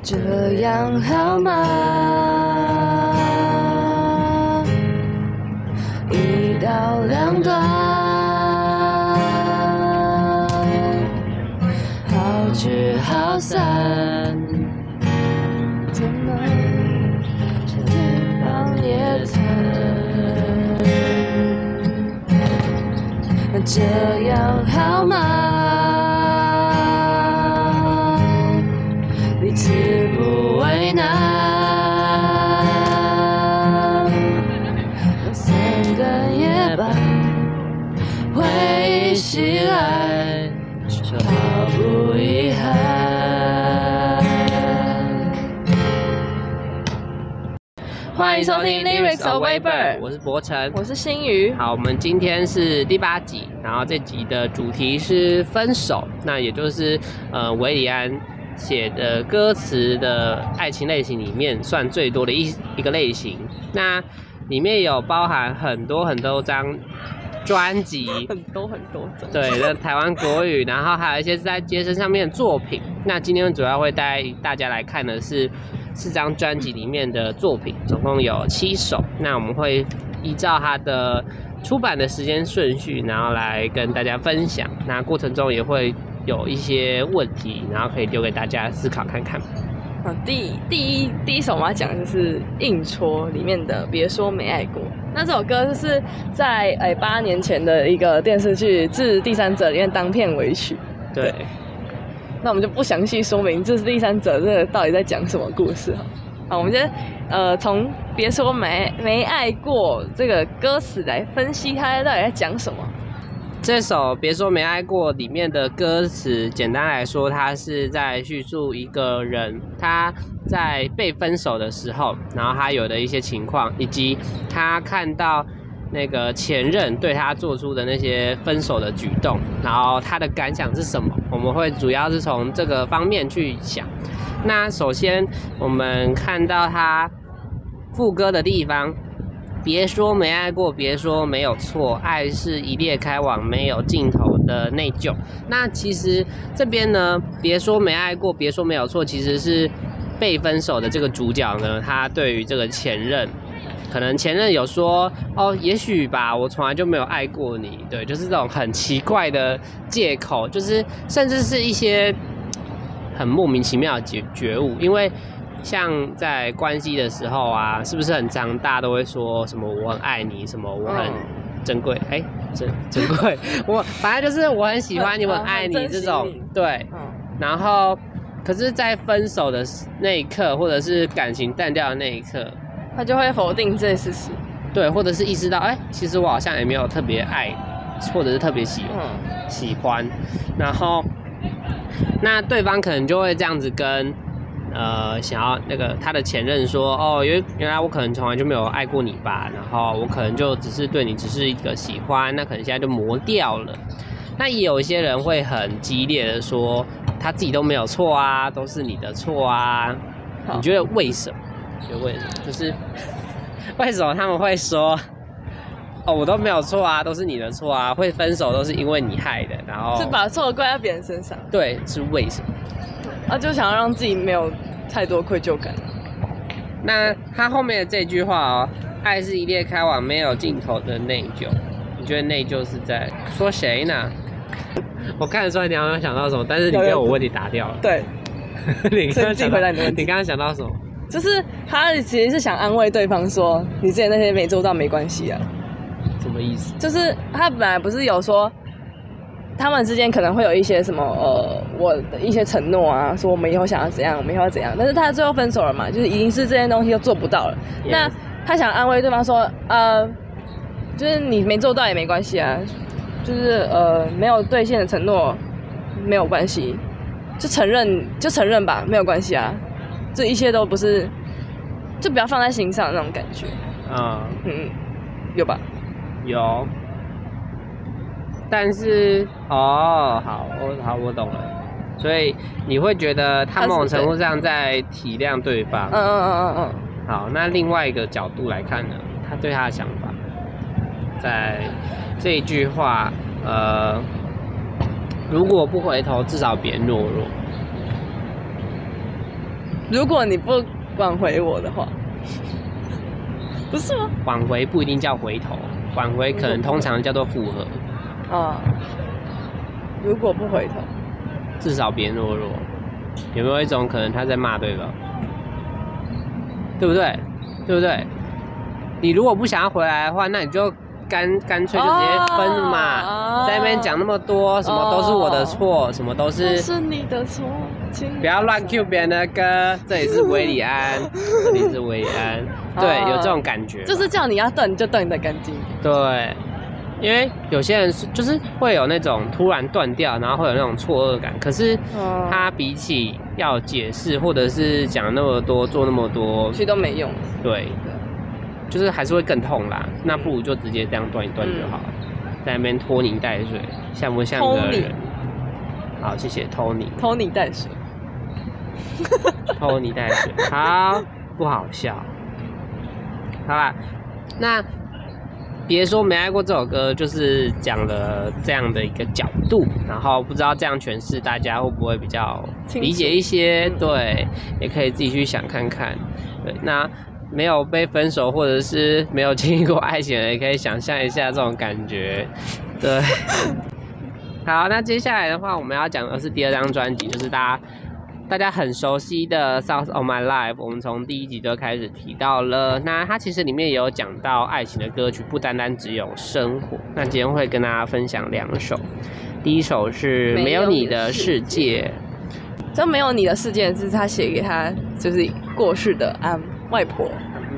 这样好吗？1到2段，好聚好散，怎么这天方夜谭？这样好吗？彼此不为难，3更夜半，回忆袭来，却毫不遗憾。欢迎收听 Lyrics of Weber， 我是博成， 我是新宇。 好，我们今天是第8集，然后这集的主题是分手，那也就是韦礼安写的歌词的爱情类型里面算最多的一个类型。那里面有包含很多张专辑， 很多张， 对，那台湾国语，然后还有一些是在街声上面的作品。那今天主要会带大家来看的是4张专辑里面的作品，总共有7首。那我们会依照它的出版的时间顺序，然后来跟大家分享。那过程中也会有一些问题，然后可以留给大家思考看看。 第一首我们要讲的就是《硬戳》里面的《别说没爱过》。那这首歌就是在8年前的一个电视剧《致第三者》里面当片尾曲。 对。 那我们就不详细说明《致第三者》这个到底在讲什么故事哈。好，我们先从《别说没爱过》这个歌词来分析它到底在讲什么。 这首《别说没爱过》里面的歌词，简单来说，它是在叙述一个人他在被分手的时候，然后他有的一些情况，以及他看到那个前任对他做出的那些分手的举动，然后他的感想是什么？我们会主要是从这个方面去想。那首先，我们看到他副歌的地方。别说没爱过，别说没有错，爱是一列开往没有尽头的内疚。那其实这边呢，别说没爱过，别说没有错，其实是被分手的这个主角呢，他对于这个前任，可能前任有说哦，也许吧，我从来就没有爱过你，对，就是这种很奇怪的借口，就是甚至是一些很莫名其妙的觉悟，因为。像在关系的时候啊，是不是很常大家都会说什么我很爱你，什么我很珍贵，珍贵，我反正就是我很喜欢你，我很爱你这种，对。然后，可是，在分手的那一刻，或者是感情淡掉的那一刻， 他就会否定这事实， 对，或者是意识到，其实我好像也没有特别爱，或者是特别喜欢，然后，那对方可能就会这样子跟。想要那个他的前任说，哦，原来我可能从来就没有爱过你吧，然后我可能就只是对你只是一个喜欢，那可能现在就磨掉了。那也有一些人会很激烈的说，他自己都没有错啊，都是你的错啊。你觉得为什么？就是为什么他们会说，哦，我都没有错啊，都是你的错啊，会分手都是因为你害的，然后是把错怪在别人身上。 对，是为什么？ 就想要让自己没有太多愧疚感。 那他后面的这句话哦，爱是一列开往没有尽头的内疚。你觉得内疚是在说谁呢？我看得出来你好像想到什么，但是你被我问题打掉了。 对， 你刚刚想到什么？ 就是他其实是想安慰对方说，你之前那些没做到没关系啊。 什么意思？ 就是他本来不是有说。他们之间可能会有一些什么我的一些承诺啊，说我们以后想要怎样，我们以后要怎样，但是他最后分手了嘛，就是已经是这些东西都做不到了。Yes. 那他想安慰对方说，就是你没做到也没关系啊，就是没有兑现的承诺没有关系，就承认吧，没有关系啊，这一切都不是，就不要放在心上那种感觉。有吧？ 有。但是好，我懂了。所以你会觉得他某种程度上在体谅对方。好，那另外一个角度来看呢，他对他的想法，在这一句话，如果不回头，至少别懦弱。 如果你不挽回我的话，不是吗？ 挽回不一定叫回头，挽回可能通常叫做复合。 啊，如果不回头， 至少别懦弱。有没有一种可能他在骂对方？对不对？对不对？你如果不想要回来的话，那你就干脆就直接分了嘛，在那边讲那么多，什么都是我的错，什么都是你的错， 不要乱 cue 别人的歌。这里是维里安，这里是维里安，对，有这种感觉， 就是叫你要断你就断得干净。 对，因为有些人就是会有那种突然断掉，然后会有那种错愕感，可是他比起要解释或者是讲那么多做那么多， 其实都没用。 对。就是还是会更痛啦，那不如就直接这样断一断就好，在那边拖泥带水，像不像个人？好，谢谢拖泥带水，拖泥带水，好，不好笑。好啦，那别说没爱过这首歌，就是讲了这样的一个角度，然后不知道这样诠释大家会不会比较理解一些？对，也可以自己去想看看。对，那。没有被分手或者是没有经历过爱情的人，也可以想象一下这种感觉。对，好，那接下来的话，我们要讲的是第2张专辑，就是大家很熟悉的《Songs of My Life》。我们从第1集就开始提到了，那它其实里面也有讲到爱情的歌曲，不单单只有生活。那今天会跟大家分享2首，第一首是《没有你的世界》。 这没有你的世界是他写给他就是过世的外婆。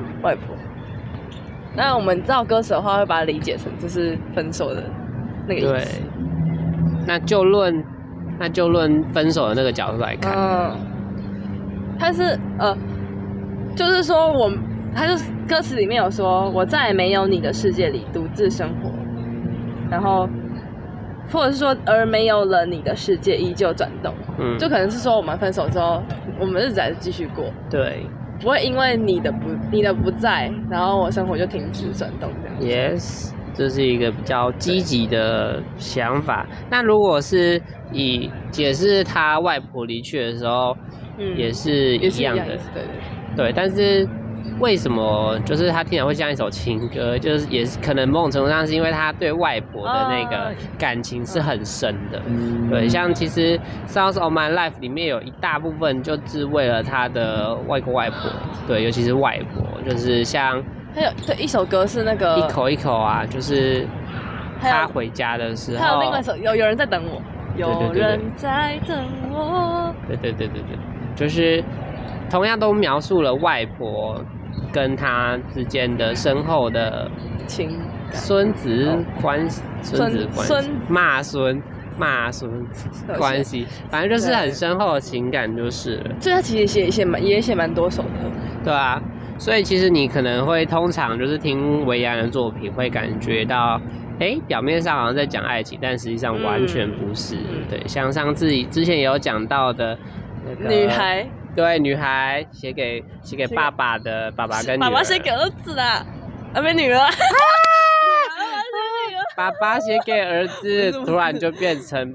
那我们知道歌词的话，会把它理解成就是分手的那个意思。对， 那就论分手的那个角度来看， 他是就是说他就是歌词里面有说，我在没有你的世界里独自生活，然后或者是说而没有了你的世界依旧转动，就可能是说我们分手之后，我们日子还是继续过。 对。 不会因为你的不在，然后我生活就停止转动这样。Yes， 这是一个比较积极的想法。那如果是以解释他外婆离去的时候，也是一样的。对，但是为什么就是他听起来会像一首情歌？就是也是可能某种程度上是因为他对外婆的那个感情是很深的。对，像其实《Songs of My Life》里面有一大部分就是为了他的外公外婆，对，尤其是外婆，就是像还有对一首歌是那个一口一口啊，就是他回家的时候， 还有另外一首有人在等我，有人在等我， 对，就是同样都描述了外婆跟他之间的深厚的情孙子关系，骂孙关系，反正就是很深厚的情感就是了。 所以他其实也写蛮多首的。 对啊，所以其实你可能会通常就是听维安的作品，会感觉到，表面上好像在讲爱情，但实际上完全不是。对，像上次之前也有讲到的那个女孩。 对，女孩写给爸爸的，爸爸跟女儿。 爸爸写给儿子啦，没女儿。 爸爸写给儿子，突然就变成，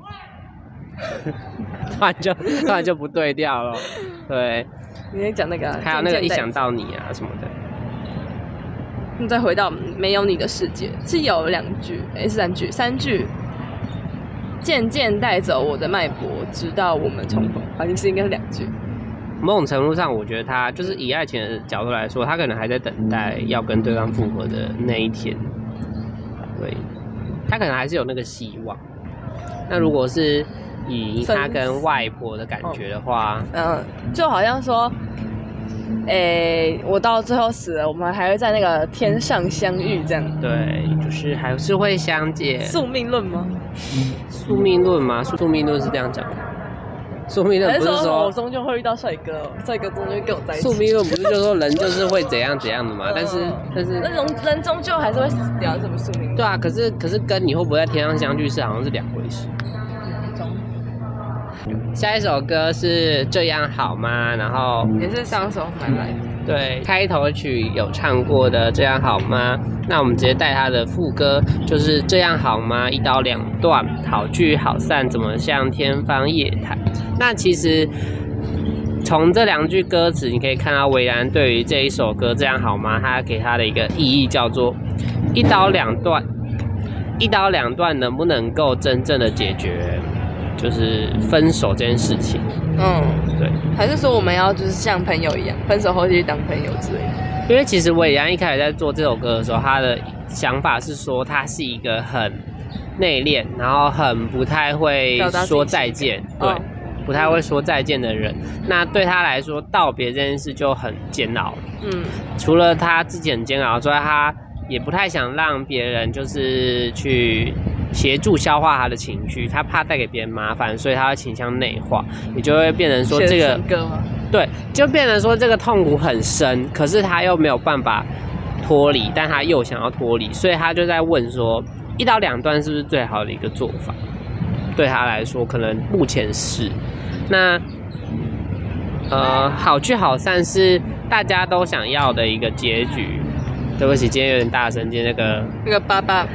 突然就不对调了。对， 你在讲那个， 还有那个一想到你啊什么的。 你再回到没有你的世界，是有2句，是3句。渐渐带走我的脉搏，直到我们重逢。其实应该是2句。 某种程度上，我觉得他就是以爱情的角度来说，他可能还在等待要跟对方复合的那一天。对，他可能还是有那个希望。那如果是以他跟外婆的感觉的话， 就好像说，我到最后死了，我们还会在那个天上相遇，这样。 对，就是还是会相见。 宿命论吗？ 宿命论吗？宿命论是这样讲的。宿命论不是说我终究会遇到帅哥，帅哥终究会跟我在一起。 宿命论不是就是说人就是会怎样的嘛？但是那种人终究还是会死掉，什么宿命论？ 对啊，可是跟你会不会在天上相聚是好像是2回事。下一首歌是这样好吗？然后也是上首买来的。 对，开头曲有唱过的这样好吗？那我们直接带它的副歌，就是这样好吗？1刀2断，好聚好散，怎么像天方夜谭？那其实从这2句歌词，你可以看到韦然对于这一首歌这样好吗？他给他的一个意义叫做一刀两断，一刀两断能不能够真正的解决就是分手这件事情？对， 还是说我们要就是像朋友一样，分手后继续当朋友之类的？ 因为其实韦然一开始在做这首歌的时候，他的想法是说他是一个很内敛，然后很不太会说再见，对。不太会说再见的人，那对他来说，道别这件事就很煎熬。除了他自己很煎熬之外，他也不太想让别人就是去协助消化他的情绪，他怕带给别人麻烦，所以他会倾向内化，也就会变成说这个对，就变成说这个痛苦很深，可是他又没有办法脱离，但他又想要脱离，所以他就在问说，一刀两断是不是最好的一个做法？对他来说，可能目前是。那好聚好散是大家都想要的一个结局。对不起，今天有点大声，今天那个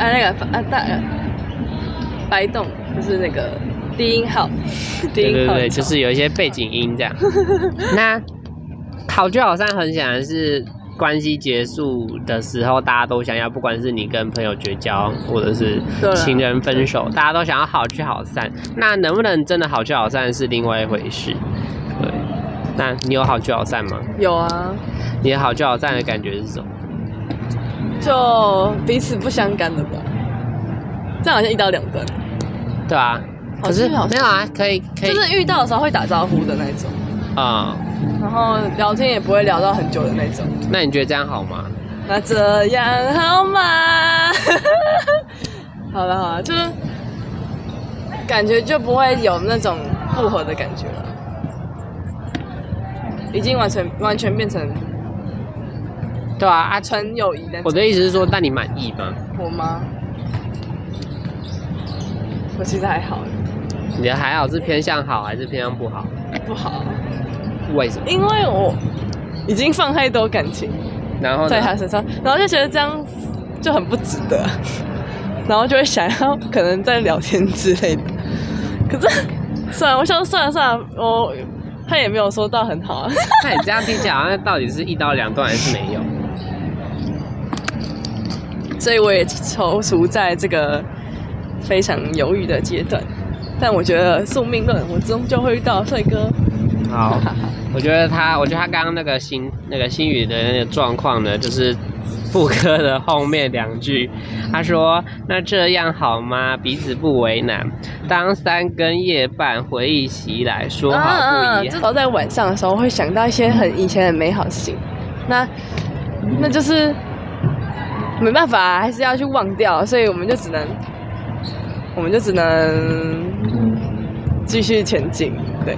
白洞就是那个低音号， 对，就是有一些背景音这样。那好聚好散很显然是关系结束的时候，大家都想要，不管是你跟朋友绝交，或者是情人分手，大家都想要好聚好散。那能不能真的好聚好散是另外一回事。对，那你有好聚好散吗？ 有啊。 你的好聚好散的感觉是什么？ 就彼此不相干的吧。这样好像一刀两断。 对啊。可是没有啊，可以， 就是遇到的时候会打招呼的那种。然后聊天也不会聊到很久的那种。 那你觉得这样好吗？ 那这样好吗？好了，就是感觉就不会有那种复合的感觉了，已经完全变成对啊， 纯友谊的。 我的意思是说，那你满意吗？ 我吗？我其实还好。 你的还好是偏向好还是偏向不好？ 不好。 为什么？ 因为我已经放太多感情， 然后在他身上，然后就觉得这样就很不值得，然后就会想要可能在聊天之类的。可是算了，我想算了，他也没有说到很好啊。 那你这样听起来好像到底是一刀两断还是没有？ 所以我也踌躇在这个非常犹豫的阶段。但我觉得宿命论，我终究会遇到帅哥。 好，我觉得他刚刚那个心语的那个状况呢，就是副歌的后面2句，他说：“那这样好吗？彼此不为难。当3更夜半，回忆袭来，说好不遗憾。” 在晚上的时候会想到一些以前很美好的事情，那就是没办法，还是要去忘掉，所以我们就只能继续前进，对。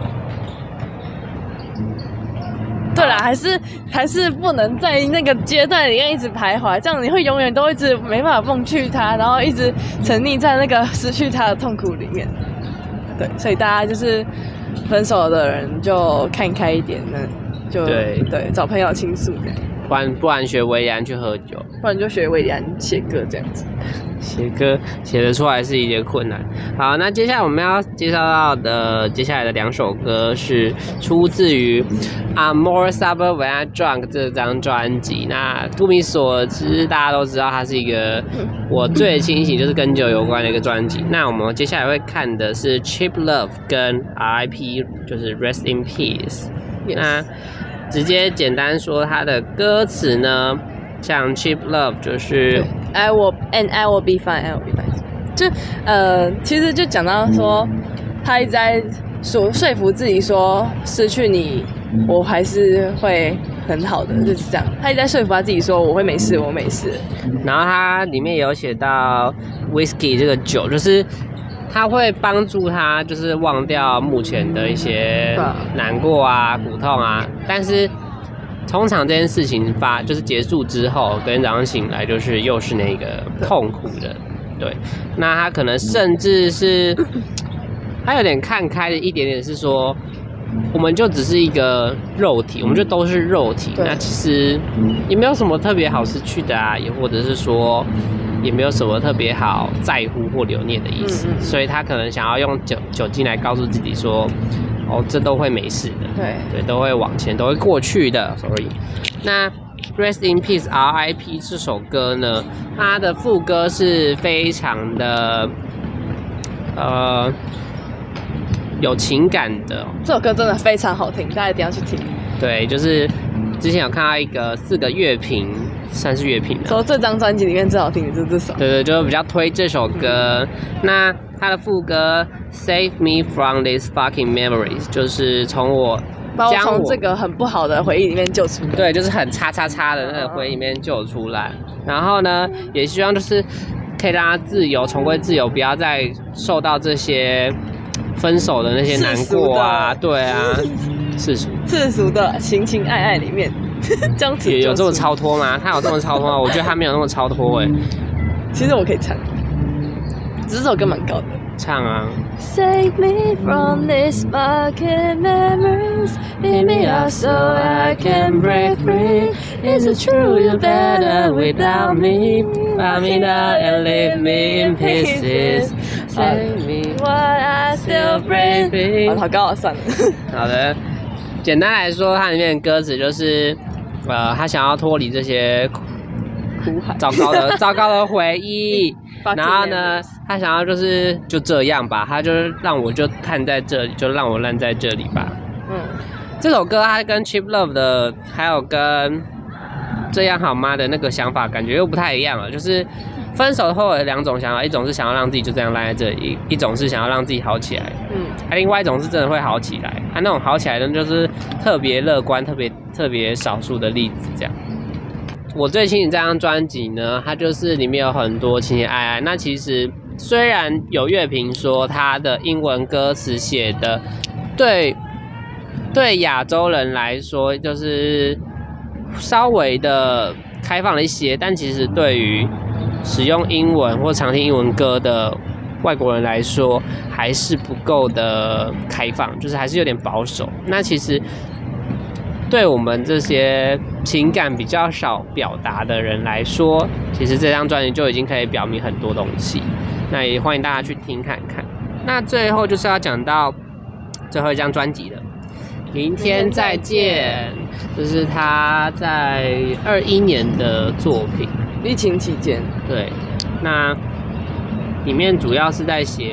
对啦，还是不能在那个阶段里面一直徘徊，这样你会永远都一直没办法忘去他，然后一直沉溺在那个失去他的痛苦里面。对，所以大家就是分手的人就看开一点，那就对找朋友倾诉的。 不然学韦然去喝酒， 不然就学韦然写歌这样子。 写歌写得出来是一件困难。好，那接下来我们要介绍到的接下来的2首歌是出自于《I'm More Sober When I Drunk》这张专辑。那顾名所知，大家都知道它是一个我最清醒就是跟酒有关的一个专辑。那我们接下来会看的是《Cheap Love》跟 R.I.P. 就是 Rest in Peace。Yes. 那直接简单说它的歌词呢，像 Cheap Love 就是 I will be fine, I will be fine。就其实就讲到说，他一直在说服自己说，失去你，我还是会很好的，就是这样。他一直在说服他自己说，我会没事，我没事。 然后他里面有写到 Whisky 这个酒，就是它会帮助他，就是忘掉目前的一些难过啊、苦痛啊。但是通常这件事情就是结束之后，隔天早上醒来，就是又是那个痛苦的。对，那他可能甚至是他有点看开的一点点是说，我们就只是一个肉体，我们就都是肉体。那其实也没有什么特别好失去的啊，也或者是说，也没有什么特别好在乎或留念的意思。所以他可能想要用酒精来告诉自己说， 哦，这都会没事的，对，都会往前，都会过去的。Sorry， 那 Rest in Peace R.I.P 这首歌呢，它的副歌是非常的有情感的。 这首歌真的非常好听，大家一定要去听。 对，就是之前有看到一个4个乐评，算是乐评的， 说这张专辑里面最好听的就是这首。 对，就比较推这首歌。那它的副歌 Save me from these fucking memories， 就是把我从这个很不好的回忆里面救出来。对，就是很叉的那个回忆里面救出来。然后呢，也希望就是可以让他自由，重归自由，不要再受到这些分手的那些难过啊，对啊，世俗的情情爱爱里面， 也有这么超脱吗？他有这么超脱吗？我觉得他没有那么超脱哎。 其实我可以唱，只是这首歌蛮高的。 唱啊 ！Save me from these fucking memories, leave me out so I can break free. Is it true you're better without me? Buy me down and leave me in pieces. Save me while I still breathe. 好高，算了。 好的，简单来说，它里面的歌词就是，他想要脱离这些糟糕的回忆。然后呢，他想要就这样吧，他就是让我就看在这里，就让我烂在这里吧。这首歌它跟 Cheap Love 的，还有跟这样好吗的那个想法，感觉又不太一样了。就是分手后有2种想法，一种是想要让自己就这样烂在这里，一种是想要让自己好起来。另外一种是真的会好起来，那种好起来的就是特别乐观、特别少数的例子这样。我最新的这张专辑呢，它就是里面有很多情情爱爱。那其实虽然有乐评说它的英文歌词写的对亚洲人来说就是稍微的开放了一些，但其实对于使用英文或常听英文歌的外国人来说还是不够的开放，就是还是有点保守。那其实对我们这些情感比较少表达的人来说，其实这张专辑就已经可以表明很多东西。那也欢迎大家去听看看。那最后就是要讲到最后一张专辑了，明天再见，这是他在21年的作品， 疫情期间。 对，那里面主要是在写，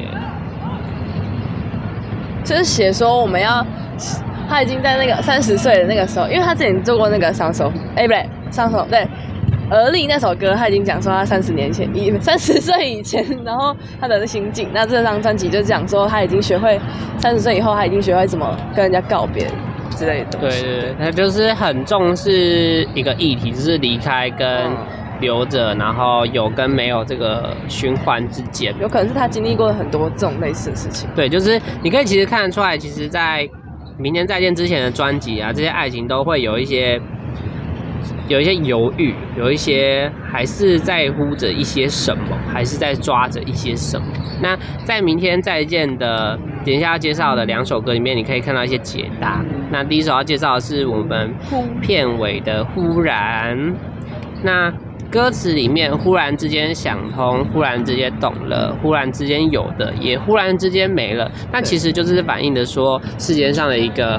就是写说我们要。他已经在那个30岁的那个时候，因为他之前做过那个上手对，而立那首歌，他已经讲说他30岁以前，然后他的心境。那这张专辑就讲说他已经学会30岁以后，他已经学会怎么跟人家告别之类的东西。 对，他就是很重视一个议题，就是离开跟留着，然后有跟没有这个循环之间。 有可能是他经历过很多这种类似的事情。 对，就是你可以其实看得出来，其实在明天再见之前的专辑啊，这些爱情都会有一些犹豫，有一些还是在乎着一些什么，还是在抓着一些什么。那在明天再见的等一下要介绍的2首歌里面，你可以看到一些解答。那第一首要介绍的是我们片尾的忽然，那歌词里面忽然之间想通，忽然之间懂了，忽然之间有的也忽然之间没了，那其实就是反映的说世间上的一个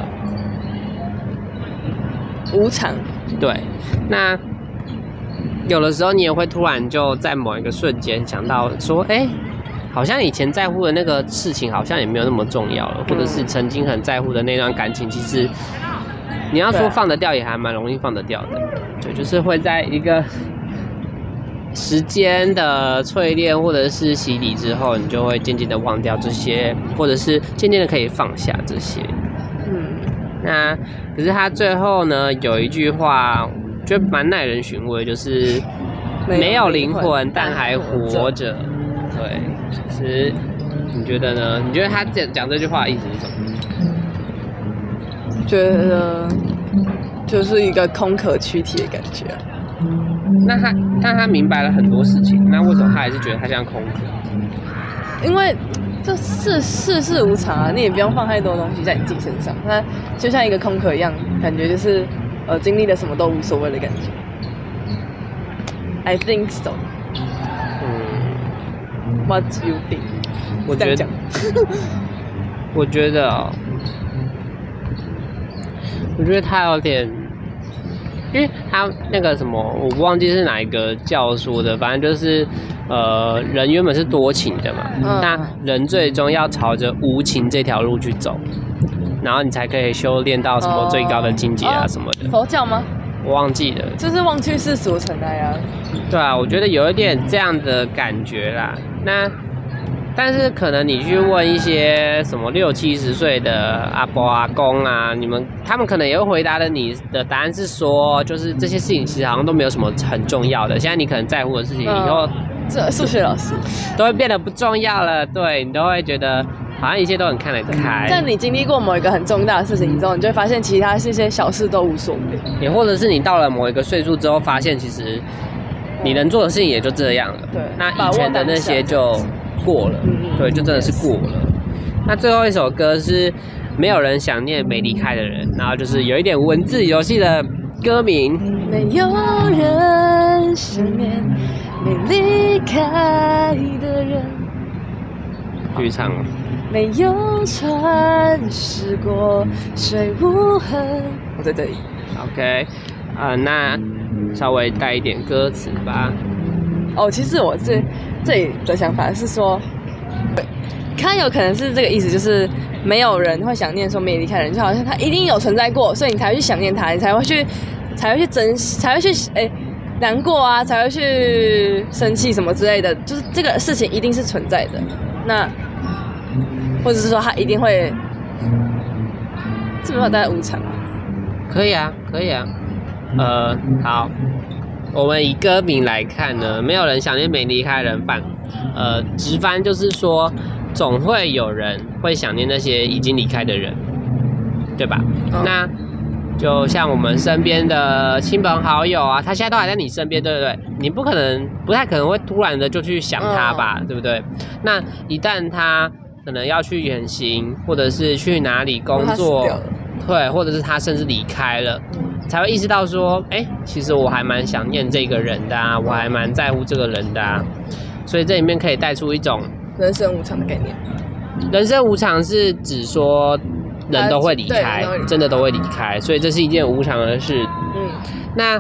无常。 对，那有的时候你也会突然就在某一个瞬间想到说，好像以前在乎的那个事情好像也没有那么重要了，或者是曾经很在乎的那段感情，其实你要说放得掉也还蛮容易放得掉的。对，就是会在一个时间的淬炼或者是洗礼之后，你就会渐渐的忘掉这些，或者是渐渐的可以放下这些。那可是他最后呢有一句话，觉得蛮耐人寻味，就是没有灵魂但还活着。对，其实你觉得呢？你觉得他讲这句话的意思是什么？ 觉得就是一个空壳躯体的感觉。 那他明白了很多事情，那为什么他还是觉得他像空壳？ 因为这世事无常啊，你也不用放太多东西在你自己身上，那就像一个空壳一样，感觉就是经历了什么都无所谓的感觉。I think so. What do you think? 我觉得我觉得他有点，因为他那个什么，我不忘记是哪一个教说的，反正就是人原本是多情的嘛，那人最终要朝着无情这条路去走，然后你才可以修炼到什么最高的境界啊什么的。 佛教吗？ 我忘记了， 就是忘去世俗尘埃啊。 对啊，我觉得有一点这样的感觉啦。那但是可能你去问一些什么60、70岁的阿伯阿公啊，他们可能也会回答的，你的答案是说，就是这些事情其实好像都没有什么很重要的。现在你可能在乎的事情，以后这数学老师都会变得不重要了。对，你都会觉得好像一切都很看得开。 在你经历过某一个很重大的事情之后，你就会发现其他这些小事都无所谓。 也或者是你到了某一个岁数之后，发现其实你能做的事情也就这样了。 对， 那以前的那些就过了。对，就真的是过了。那最后一首歌是没有人想念没离开的人，然后就是有一点文字游戏的歌名。 没有人想念没离开的人， 继续唱。 没有传世过水无痕。我在这里。 OK， 那稍微带一点歌词吧。 哦，其实我这里的想法是说，他有可能是这个意思，就是没有人会想念说没离开的人，就好像他一定有存在过，所以你才会去想念他，你才会去珍惜，才会去难过啊，才会去生气什么之类的，就是这个事情一定是存在的。那或者是说他一定会，这没有带无常啊？ 可以啊，可以啊。好，我们以歌名来看呢，没有人想念没离开的人直翻就是说，总会有人会想念那些已经离开的人，对吧？那就像我们身边的亲朋好友啊，他现在都还在你身边，对不对？你不太可能会突然的就去想他吧，对不对？那一旦他可能要去远行，或者是去哪里工作，对，或者是他甚至离开了，才会意识到说，其实我还蛮想念这个人的啊，我还蛮在乎这个人的啊。所以这里面可以带出一种人生无常的概念。 人生无常是指说人都会离开，真的都会离开，所以这是一件无常的事。那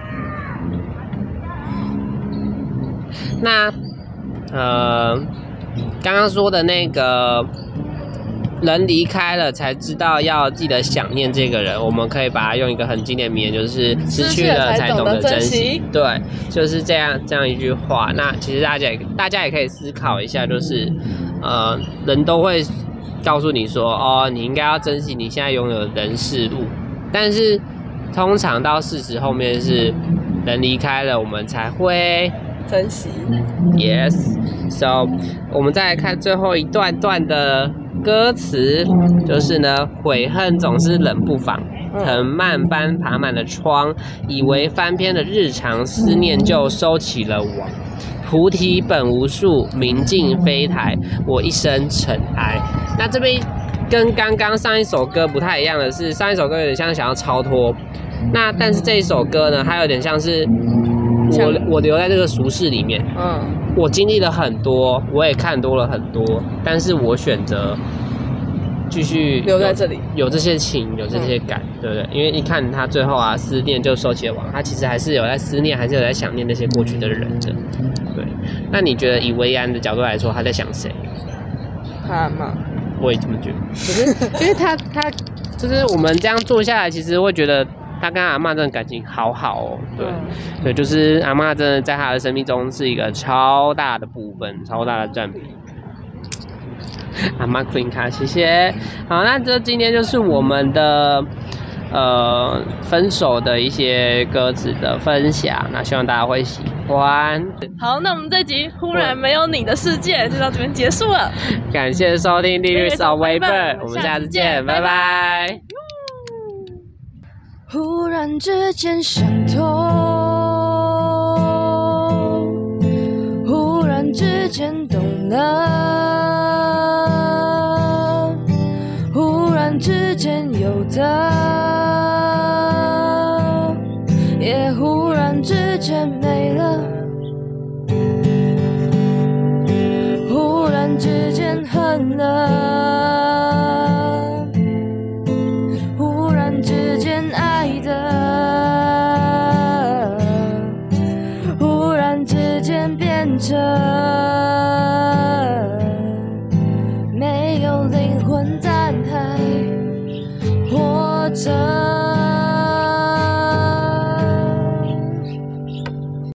刚刚说的那个人离开了才知道要记得想念这个人，我们可以把它用一个很经典名言，就是失去了才懂得珍惜。对，就是这样一句话。那其实大家也可以思考一下，就是人都会告诉你说，你应该要珍惜你现在拥有的人事物，但是通常到事实后面是人离开了，我们才会珍惜。 Yes，so 我们再来看最后一段的歌词，就是呢，悔恨总是冷不防，藤蔓般爬满了窗，以为翻篇的日常思念就收起了网。菩提本无树，明镜非台，我一生尘埃。那这边跟刚刚上一首歌不太一样的是，上一首歌有点像想要超脱，但是这一首歌呢，它有点像是我留在这个俗世里面，我经历了很多，我也看多了很多，但是我选择继续留在这里， 有这些情，有这些感，对不对？因为你看他最后啊，思念就收起了网，他其实还是有在思念，还是有在想念那些过去的人的。对，那你觉得以维安的角度来说，他在想谁？ 他嘛， 我也这么觉得。可是因为他就是我们这样做下来，其实会觉得他跟阿嬷真的感情好好哦。对，就是阿嬷真的在他的生命中是一个超大的部分，超大的占比。阿嬷 Queen 卡，谢谢。好，那今天就是我们的分手的一些歌词的分享，那希望大家会喜欢。 好，那我们这集忽然没有你的世界就到这边结束了。 感谢收听地律扫微本，我们下次见，拜拜。 忽然之间想通，忽然之间懂了，忽然之间有的，也忽然之间没了，忽然之间恨了，忽然之间着，没有灵魂但还活着。